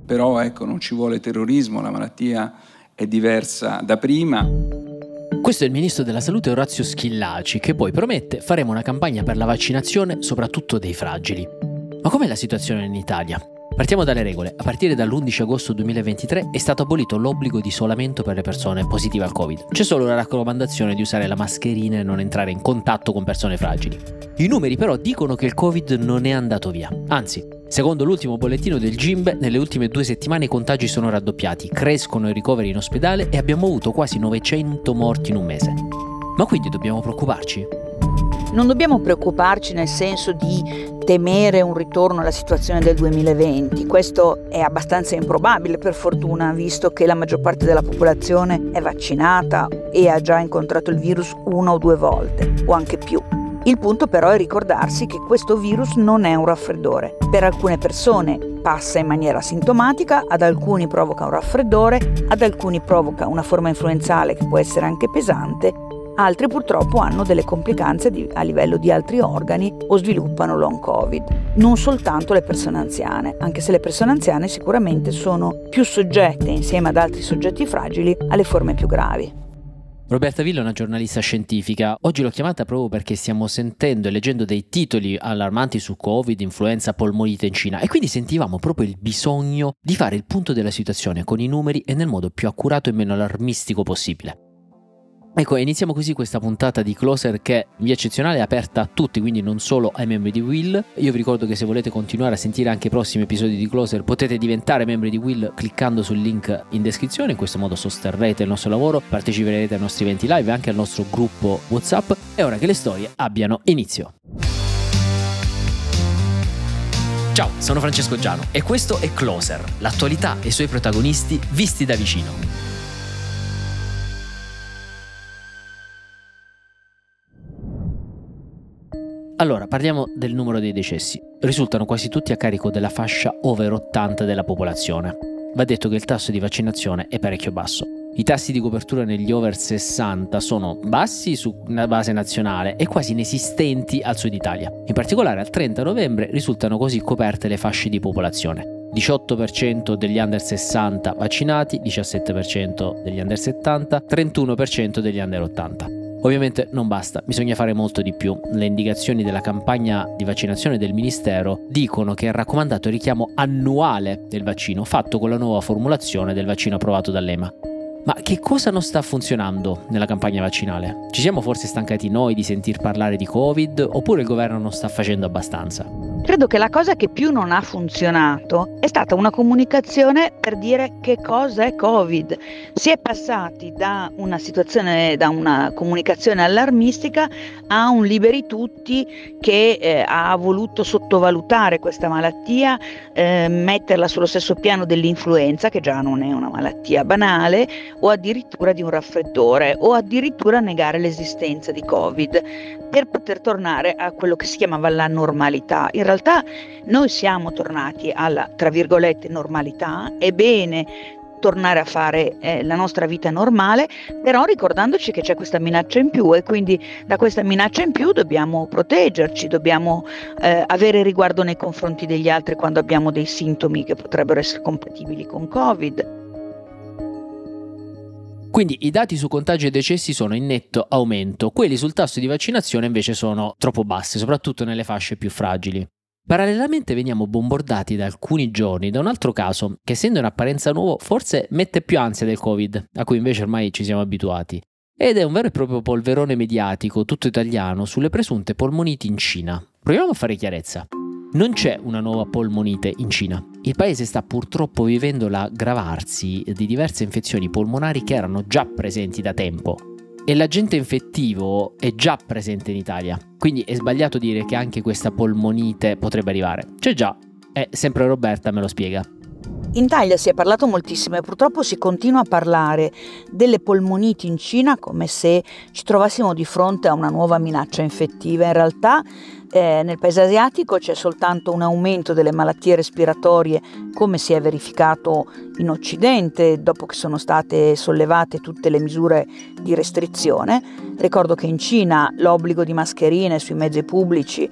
Però ecco, non ci vuole terrorismo, la malattia è diversa da prima. Questo è il ministro della salute Orazio Schillaci, che poi promette faremo una campagna per la vaccinazione soprattutto dei fragili. Ma com'è la situazione in Italia? Partiamo dalle regole. A partire dall'11 agosto 2023 è stato abolito l'obbligo di isolamento per le persone positive al Covid. C'è solo la raccomandazione di usare la mascherina e non entrare in contatto con persone fragili. I numeri però dicono che il Covid non è andato via. Anzi, secondo l'ultimo bollettino del GIMBE, nelle ultime 2 settimane i contagi sono raddoppiati, crescono i ricoveri in ospedale e abbiamo avuto quasi 900 morti in un mese. Ma quindi dobbiamo preoccuparci? Non dobbiamo preoccuparci nel senso di temere un ritorno alla situazione del 2020. Questo è abbastanza improbabile, per fortuna, visto che la maggior parte della popolazione è vaccinata e ha già incontrato il virus 1 o 2 volte, o anche più. Il punto però è ricordarsi che questo virus non è un raffreddore. Per alcune persone passa in maniera asintomatica, ad alcuni provoca un raffreddore, ad alcuni provoca una forma influenzale che può essere anche pesante, altri purtroppo hanno delle complicanze a livello di altri organi o sviluppano long covid. Non soltanto le persone anziane, anche se le persone anziane sicuramente sono più soggette, insieme ad altri soggetti fragili, alle forme più gravi. Roberta Villa è una giornalista scientifica. Oggi l'ho chiamata proprio perché stiamo sentendo e leggendo dei titoli allarmanti su Covid, influenza, polmonite in Cina, e quindi sentivamo proprio il bisogno di fare il punto della situazione con i numeri e nel modo più accurato e meno allarmistico possibile. Ecco, iniziamo così questa puntata di Closer, che in via eccezionale è aperta a tutti, quindi non solo ai membri di Will. Io vi ricordo che se volete continuare a sentire anche i prossimi episodi di Closer potete diventare membri di Will cliccando sul link in descrizione. In questo modo sosterrete il nostro lavoro, parteciperete ai nostri eventi live e anche al nostro gruppo WhatsApp. È ora che le storie abbiano inizio. Ciao, sono Francesco Giano e questo è Closer, l'attualità e i suoi protagonisti visti da vicino. Allora, parliamo del numero dei decessi. Risultano quasi tutti a carico della fascia over 80 della popolazione. Va detto che il tasso di vaccinazione è parecchio basso. I tassi di copertura negli over 60 sono bassi su una base nazionale e quasi inesistenti al sud Italia. In particolare al 30 novembre risultano così coperte le fasce di popolazione. 18% degli under 60 vaccinati, 17% degli under 70, 31% degli under 80. Ovviamente non basta, bisogna fare molto di più. Le indicazioni della campagna di vaccinazione del Ministero dicono che è raccomandato il richiamo annuale del vaccino, fatto con la nuova formulazione del vaccino approvato dall'EMA. Ma che cosa non sta funzionando nella campagna vaccinale? Ci siamo forse stancati noi di sentir parlare di Covid, oppure il governo non sta facendo abbastanza? Credo che la cosa che più non ha funzionato è stata una comunicazione per dire che cosa è Covid. Si è passati da una situazione, da una comunicazione allarmistica a un liberi tutti che ha voluto sottovalutare questa malattia, metterla sullo stesso piano dell'influenza, che già non è una malattia banale, o addirittura di un raffreddore, o addirittura negare l'esistenza di Covid, per poter tornare a quello che si chiamava la normalità. In realtà noi siamo tornati alla, tra virgolette, normalità. È bene tornare a fare la nostra vita normale, però ricordandoci che c'è questa minaccia in più, e quindi da questa minaccia in più dobbiamo proteggerci, dobbiamo avere riguardo nei confronti degli altri quando abbiamo dei sintomi che potrebbero essere compatibili con Covid. Quindi i dati su contagi e decessi sono in netto aumento, quelli sul tasso di vaccinazione invece sono troppo bassi, soprattutto nelle fasce più fragili. Parallelamente veniamo bombardati da alcuni giorni da un altro caso che, essendo in apparenza nuovo, forse mette più ansia del Covid, a cui invece ormai ci siamo abituati. Ed è un vero e proprio polverone mediatico, tutto italiano, sulle presunte polmoniti in Cina. Proviamo a fare chiarezza. Non c'è una nuova polmonite in Cina. Il paese sta purtroppo vivendo l'aggravarsi di diverse infezioni polmonari che erano già presenti da tempo. E l'agente infettivo è già presente in Italia. Quindi è sbagliato dire che anche questa polmonite potrebbe arrivare. C'è già. E sempre Roberta me lo spiega. In Italia si è parlato moltissimo e purtroppo si continua a parlare delle polmoniti in Cina come se ci trovassimo di fronte a una nuova minaccia infettiva. In realtà nel paese asiatico c'è soltanto un aumento delle malattie respiratorie, come si è verificato in Occidente dopo che sono state sollevate tutte le misure di restrizione. Ricordo che in Cina l'obbligo di mascherine sui mezzi pubblici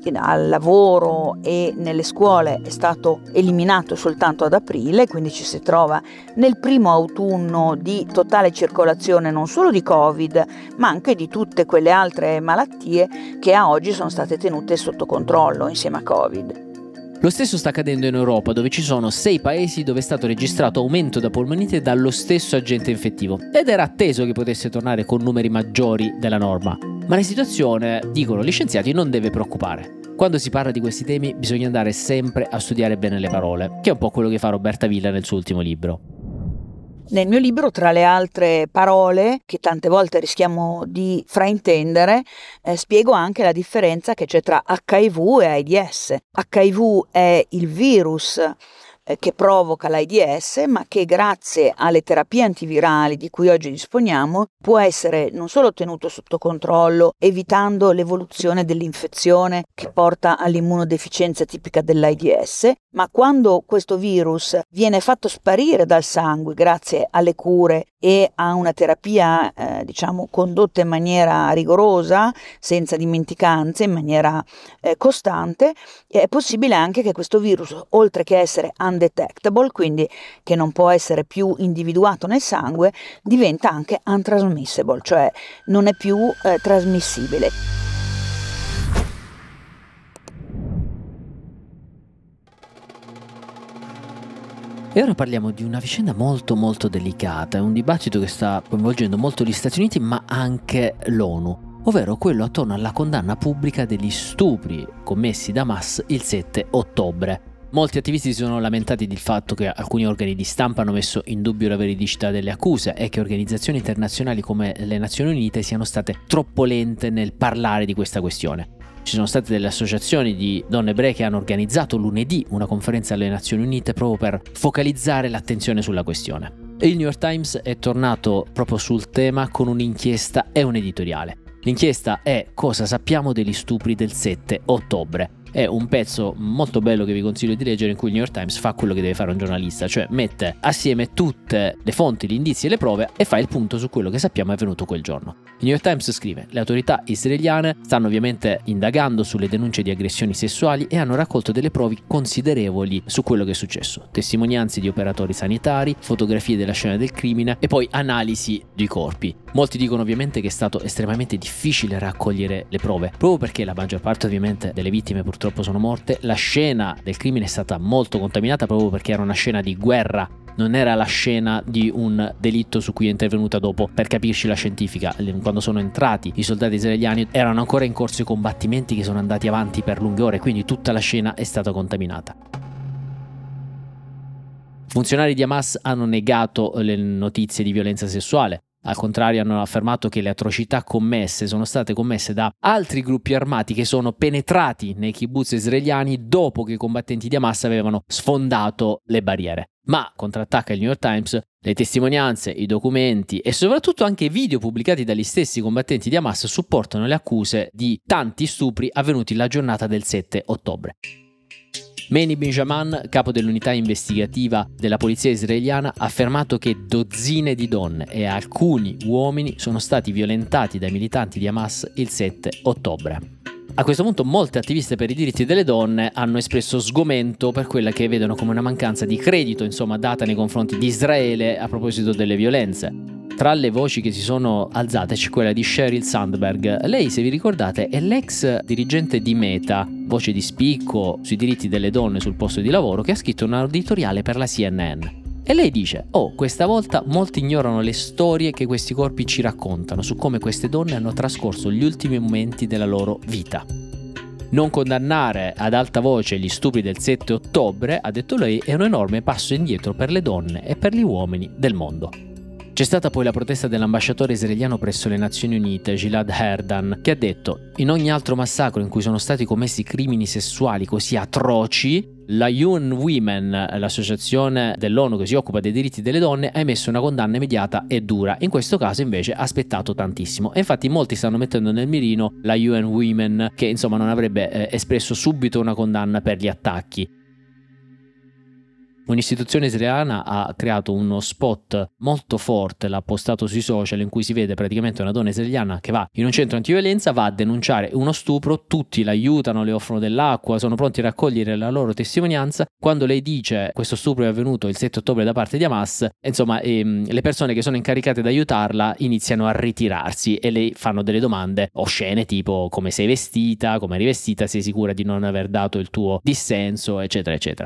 al lavoro e nelle scuole è stato eliminato soltanto ad aprile, quindi ci si trova nel primo autunno di totale circolazione non solo di Covid, ma anche di tutte quelle altre malattie che a oggi sono state tenute sotto controllo insieme a Covid. Lo stesso sta accadendo in Europa, dove ci sono 6 paesi dove è stato registrato aumento da polmonite dallo stesso agente infettivo, ed era atteso che potesse tornare con numeri maggiori della norma. Ma la situazione, dicono gli scienziati, non deve preoccupare. Quando si parla di questi temi bisogna andare sempre a studiare bene le parole, che è un po' quello che fa Roberta Villa nel suo ultimo libro. Nel mio libro, tra le altre parole che tante volte rischiamo di fraintendere, spiego anche la differenza che c'è tra HIV e AIDS. HIV è il virus che provoca l'AIDS, ma che grazie alle terapie antivirali di cui oggi disponiamo può essere non solo tenuto sotto controllo, evitando l'evoluzione dell'infezione che porta all'immunodeficienza tipica dell'AIDS, ma quando questo virus viene fatto sparire dal sangue grazie alle cure e a una terapia condotta in maniera rigorosa, senza dimenticanze, in maniera costante, è possibile anche che questo virus, oltre che essere undetectable, quindi che non può essere più individuato nel sangue, diventa anche untransmissible, cioè non è più trasmissibile. E ora parliamo di una vicenda molto molto delicata, è un dibattito che sta coinvolgendo molto gli Stati Uniti ma anche l'ONU, ovvero quello attorno alla condanna pubblica degli stupri commessi da Hamas il 7 ottobre. Molti attivisti si sono lamentati del fatto che alcuni organi di stampa hanno messo in dubbio la veridicità delle accuse e che organizzazioni internazionali come le Nazioni Unite siano state troppo lente nel parlare di questa questione. Ci sono state delle associazioni di donne ebree che hanno organizzato lunedì una conferenza alle Nazioni Unite proprio per focalizzare l'attenzione sulla questione. E il New York Times è tornato proprio sul tema con un'inchiesta e un editoriale. L'inchiesta è Cosa sappiamo degli stupri del 7 ottobre. È un pezzo molto bello che vi consiglio di leggere, in cui il New York Times fa quello che deve fare un giornalista, cioè mette assieme tutte le fonti, gli indizi e le prove e fa il punto su quello che sappiamo è avvenuto quel giorno. Il New York Times scrive: le autorità israeliane stanno ovviamente indagando sulle denunce di aggressioni sessuali e hanno raccolto delle prove considerevoli su quello che è successo, testimonianze di operatori sanitari, fotografie della scena del crimine e poi analisi di corpi. Molti dicono ovviamente che è stato estremamente difficile raccogliere le prove, proprio perché la maggior parte ovviamente delle vittime purtroppo sono morte. La scena del crimine è stata molto contaminata proprio perché era una scena di guerra, non era la scena di un delitto su cui è intervenuta dopo. Per capirci la scientifica, quando sono entrati i soldati israeliani erano ancora in corso i combattimenti che sono andati avanti per lunghe ore, quindi tutta la scena è stata contaminata. Funzionari di Hamas hanno negato le notizie di violenza sessuale. Al contrario, hanno affermato che le atrocità commesse sono state commesse da altri gruppi armati che sono penetrati nei kibbutz israeliani dopo che i combattenti di Hamas avevano sfondato le barriere. Ma, contrattacca il New York Times, le testimonianze, i documenti e soprattutto anche i video pubblicati dagli stessi combattenti di Hamas supportano le accuse di tanti stupri avvenuti la giornata del 7 ottobre. Meni Benjamin, capo dell'unità investigativa della polizia israeliana, ha affermato che dozzine di donne e alcuni uomini sono stati violentati dai militanti di Hamas il 7 ottobre. A questo punto molte attiviste per i diritti delle donne hanno espresso sgomento per quella che vedono come una mancanza di credito, data nei confronti di Israele a proposito delle violenze. Tra le voci che si sono alzate c'è quella di Sheryl Sandberg. Lei, se vi ricordate, è l'ex dirigente di Meta, voce di spicco sui diritti delle donne sul posto di lavoro, che ha scritto un editoriale per la CNN. E lei dice: questa volta molti ignorano le storie che questi corpi ci raccontano su come queste donne hanno trascorso gli ultimi momenti della loro vita. Non condannare ad alta voce gli stupri del 7 ottobre, ha detto lei, è un enorme passo indietro per le donne e per gli uomini del mondo. C'è stata poi la protesta dell'ambasciatore israeliano presso le Nazioni Unite, Gilad Erdan, che ha detto: in ogni altro massacro in cui sono stati commessi crimini sessuali così atroci, la UN Women, l'associazione dell'ONU che si occupa dei diritti delle donne, ha emesso una condanna immediata e dura. In questo caso invece ha aspettato tantissimo e infatti molti stanno mettendo nel mirino la UN Women, che non avrebbe espresso subito una condanna per gli attacchi. un'istituzione israeliana ha creato uno spot molto forte, l'ha postato sui social, in cui si vede praticamente una donna israeliana che va in un centro antiviolenza, va a denunciare uno stupro, tutti l'aiutano, le offrono dell'acqua, sono pronti a raccogliere la loro testimonianza. Quando lei dice questo stupro è avvenuto il 7 ottobre da parte di Hamas, insomma le persone che sono incaricate di aiutarla iniziano a ritirarsi e le fanno delle domande oscene tipo come sei vestita, come eri vestita, sei sicura di non aver dato il tuo dissenso, eccetera eccetera.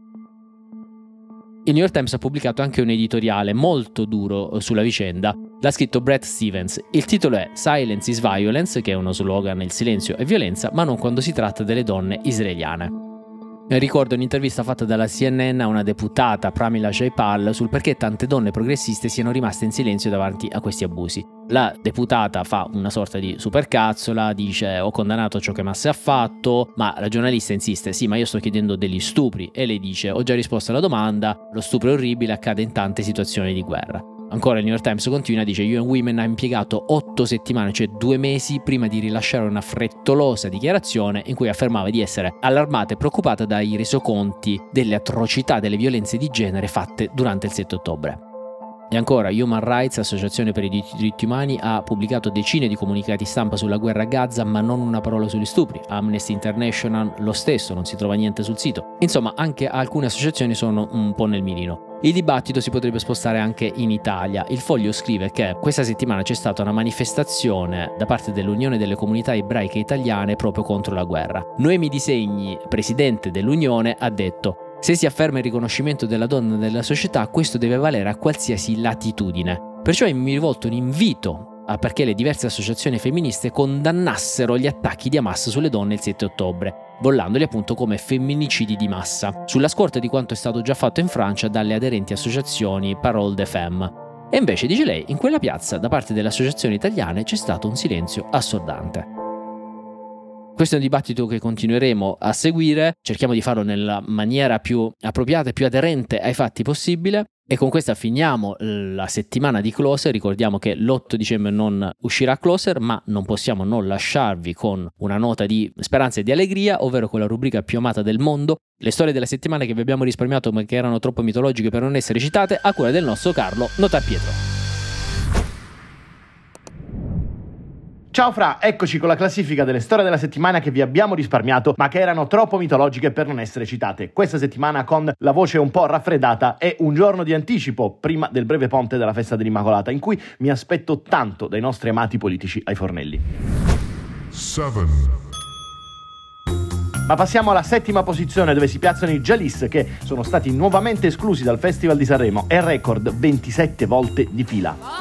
Il New York Times ha pubblicato anche un editoriale molto duro sulla vicenda. L'ha scritto Bret Stephens. Il titolo è Silence is Violence, che è uno slogan, il silenzio è violenza, ma non quando si tratta delle donne israeliane. Ricordo un'intervista fatta dalla CNN a una deputata, Pramila Jayapal, sul perché tante donne progressiste siano rimaste in silenzio davanti a questi abusi. La deputata fa una sorta di supercazzola, dice ho condannato ciò che Hamas ha fatto, ma la giornalista insiste, sì ma io sto chiedendo degli stupri, e lei dice ho già risposto alla domanda, lo stupro è orribile, accade in tante situazioni di guerra. Ancora il New York Times continua, dice UN Women ha impiegato 8 settimane, cioè 2 mesi, prima di rilasciare una frettolosa dichiarazione in cui affermava di essere allarmata e preoccupata dai resoconti delle atrocità, delle violenze di genere fatte durante il 7 ottobre. E ancora, Human Rights, associazione per i diritti umani, ha pubblicato decine di comunicati stampa sulla guerra a Gaza, ma non una parola sugli stupri. Amnesty International lo stesso, non si trova niente sul sito. Insomma, anche alcune associazioni sono un po' nel mirino. Il dibattito si potrebbe spostare anche in Italia. Il Foglio scrive che questa settimana c'è stata una manifestazione da parte dell'Unione delle Comunità Ebraiche Italiane proprio contro la guerra. Noemi Di Segni, presidente dell'Unione, ha detto: se si afferma il riconoscimento della donna nella società, questo deve valere a qualsiasi latitudine. Perciò mi rivolto un invito a perché le diverse associazioni femministe condannassero gli attacchi di Hamas sulle donne il 7 ottobre, bollandoli appunto come femminicidi di massa, sulla scorta di quanto è stato già fatto in Francia dalle aderenti associazioni Parole des Femmes. E invece, dice lei, in quella piazza da parte delle associazioni italiane c'è stato un silenzio assordante. Questo è un dibattito che continueremo a seguire, cerchiamo di farlo nella maniera più appropriata e più aderente ai fatti possibile. E con questa finiamo la settimana di Closer. Ricordiamo che l'8 dicembre non uscirà Closer, ma non possiamo non lasciarvi con una nota di speranza e di allegria, ovvero quella rubrica più amata del mondo, le storie della settimana che vi abbiamo risparmiato ma che erano troppo mitologiche per non essere citate, a cura del nostro Carlo Notarpietro. Ciao Fra, eccoci con la classifica delle storie della settimana che vi abbiamo risparmiato ma che erano troppo mitologiche per non essere citate. Questa settimana con la voce un po' raffreddata e un giorno di anticipo prima del breve ponte della festa dell'Immacolata, in cui mi aspetto tanto dai nostri amati politici ai fornelli. 7. Ma passiamo alla settima posizione, dove si piazzano i Jalis, che sono stati nuovamente esclusi dal Festival di Sanremo, e record 27 volte di fila.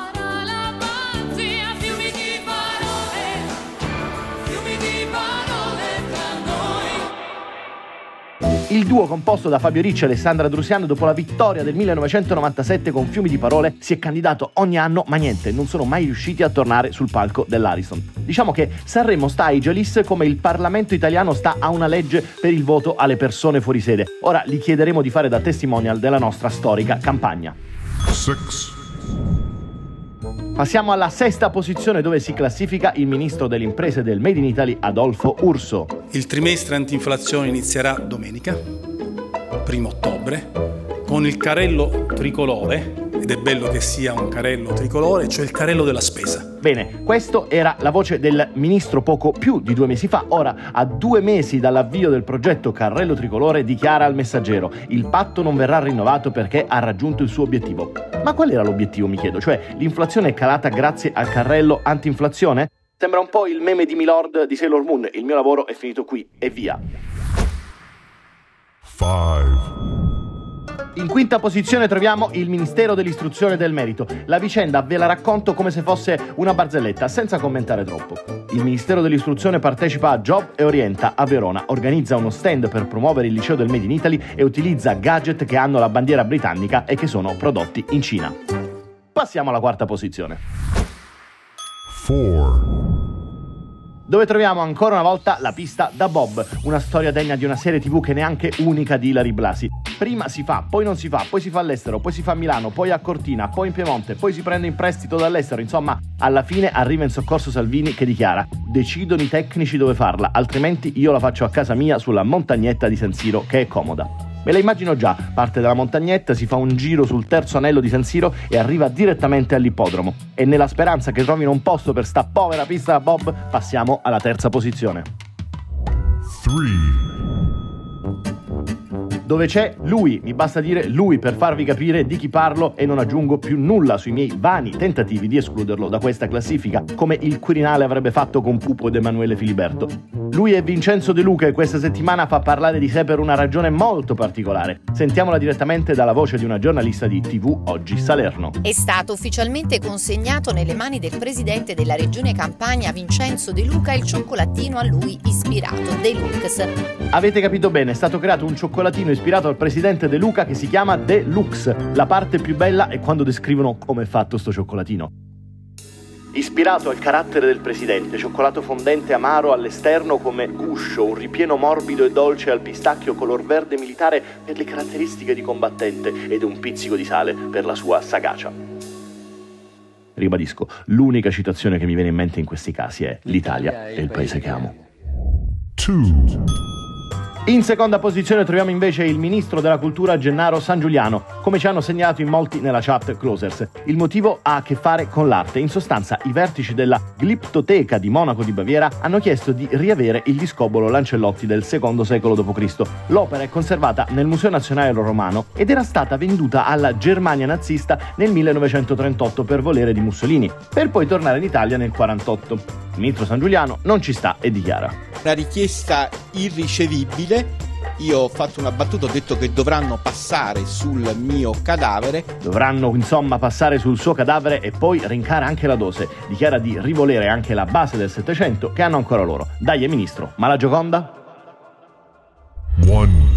Il duo composto da Fabio Ricci e Alessandra Drusiano, dopo la vittoria del 1997 con Fiumi di Parole, si è candidato ogni anno, ma niente, non sono mai riusciti a tornare sul palco dell'Ariston. Diciamo che Sanremo sta ai Jalis come il Parlamento italiano sta a una legge per il voto alle persone fuori sede. Ora li chiederemo di fare da testimonial della nostra storica campagna. 6. Passiamo alla sesta posizione, dove si classifica il ministro delle imprese del Made in Italy, Adolfo Urso. Il trimestre antinflazione inizierà domenica, 1 ottobre, con il carrello tricolore, ed è bello che sia un carrello tricolore, cioè il carrello della spesa. Bene, questo era la voce del ministro poco più di 2 mesi fa. Ora, a 2 mesi dall'avvio del progetto Carrello Tricolore, dichiara al Messaggero: il patto non verrà rinnovato perché ha raggiunto il suo obiettivo. Ma qual era l'obiettivo, mi chiedo? Cioè, l'inflazione è calata grazie al carrello anti-inflazione? Sembra un po' il meme di Milord di Sailor Moon: il mio lavoro è finito qui, e via. 5. In quinta posizione troviamo il Ministero dell'Istruzione e del Merito. La vicenda ve la racconto come se fosse una barzelletta, senza commentare troppo. Il Ministero dell'Istruzione partecipa a Job e Orienta a Verona, organizza uno stand per promuovere il liceo del Made in Italy e utilizza gadget che hanno la bandiera britannica e che sono prodotti in Cina. Passiamo alla quarta posizione, 4. dove troviamo ancora una volta la pista da Bob, una storia degna di una serie TV che neanche unica di Ilary Blasi. Prima si fa, poi non si fa, poi si fa all'estero, poi si fa a Milano, poi a Cortina, poi in Piemonte, poi si prende in prestito dall'estero. Insomma, alla fine arriva in soccorso Salvini che dichiara: decidono i tecnici dove farla, altrimenti io la faccio a casa mia sulla montagnetta di San Siro, che è comoda. Me la immagino già, parte dalla montagnetta, si fa un giro sul terzo anello di San Siro e arriva direttamente all'ippodromo. E nella speranza che trovino un posto per sta povera pista da bob, passiamo alla terza posizione. 3. Dove c'è lui, mi basta dire lui per farvi capire di chi parlo e non aggiungo più nulla sui miei vani tentativi di escluderlo da questa classifica, come il Quirinale avrebbe fatto con Pupo ed Emanuele Filiberto. Lui è Vincenzo De Luca e questa settimana fa parlare di sé per una ragione molto particolare. Sentiamola direttamente dalla voce di una giornalista di TV Oggi Salerno. È stato ufficialmente consegnato nelle mani del presidente della regione Campania Vincenzo De Luca il cioccolatino a lui ispirato, Deluxe. Avete capito bene, è stato creato un cioccolatino ispirato al presidente De Luca che si chiama Deluxe. La parte più bella è quando descrivono come è fatto sto cioccolatino. Ispirato al carattere del presidente, cioccolato fondente amaro all'esterno come guscio, un ripieno morbido e dolce al pistacchio color verde militare per le caratteristiche di combattente ed un pizzico di sale per la sua sagacia. Ribadisco, l'unica citazione che mi viene in mente in questi casi è l'Italia è il paese che amo. 2. In seconda posizione troviamo invece il ministro della cultura Gennaro Sangiuliano, come ci hanno segnalato in molti nella chat Closers. Il motivo ha a che fare con l'arte. In sostanza, i vertici della Gliptoteca di Monaco di Baviera hanno chiesto di riavere il discobolo Lancellotti del II secolo d.C. L'opera è conservata nel Museo Nazionale Romano ed era stata venduta alla Germania nazista nel 1938 per volere di Mussolini, per poi tornare in Italia nel 1948. Il ministro Sangiuliano non ci sta e dichiara: una richiesta irricevibile. Io ho fatto una battuta, ho detto che dovranno passare sul mio cadavere. Dovranno insomma passare sul suo cadavere e poi rincara anche la dose. Dichiara di rivolere anche la base del 700 che hanno ancora loro. Dai, ministro, ma la Gioconda? 1.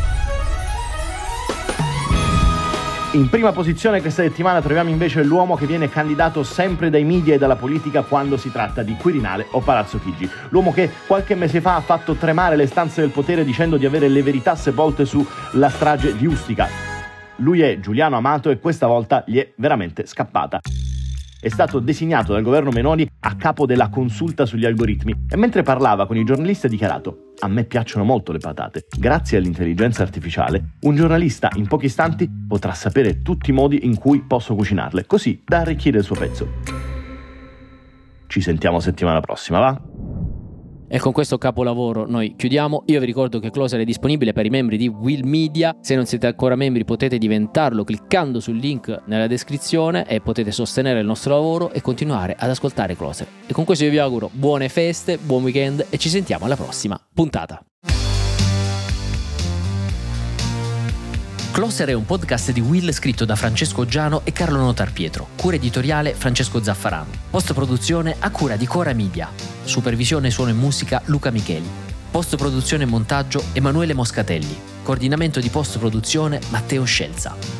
In prima posizione questa settimana troviamo invece l'uomo che viene candidato sempre dai media e dalla politica quando si tratta di Quirinale o Palazzo Chigi. L'uomo che qualche mese fa ha fatto tremare le stanze del potere dicendo di avere le verità sepolte sulla strage di Ustica. Lui è Giuliano Amato e questa volta gli è veramente scappata. È stato designato dal governo Meloni a capo della consulta sugli algoritmi e mentre parlava con i giornalisti ha dichiarato: a me piacciono molto le patate. Grazie all'intelligenza artificiale, un giornalista in pochi istanti potrà sapere tutti i modi in cui posso cucinarle, così da arricchire il suo pezzo. Ci sentiamo settimana prossima, va? E con questo capolavoro noi chiudiamo. Io vi ricordo che Closer è disponibile per i membri di Will Media. Se non siete ancora membri potete diventarlo cliccando sul link nella descrizione e potete sostenere il nostro lavoro e continuare ad ascoltare Closer. E con questo io vi auguro buone feste, buon weekend e ci sentiamo alla prossima puntata. Closer è un podcast di Will scritto da Francesco Giano e Carlo Notarpietro. Cura editoriale Francesco Zaffarano. Post-produzione a cura di Cora Media. Supervisione suono e musica Luca Micheli. Post-produzione e montaggio Emanuele Moscatelli. Coordinamento di post-produzione Matteo Scelza.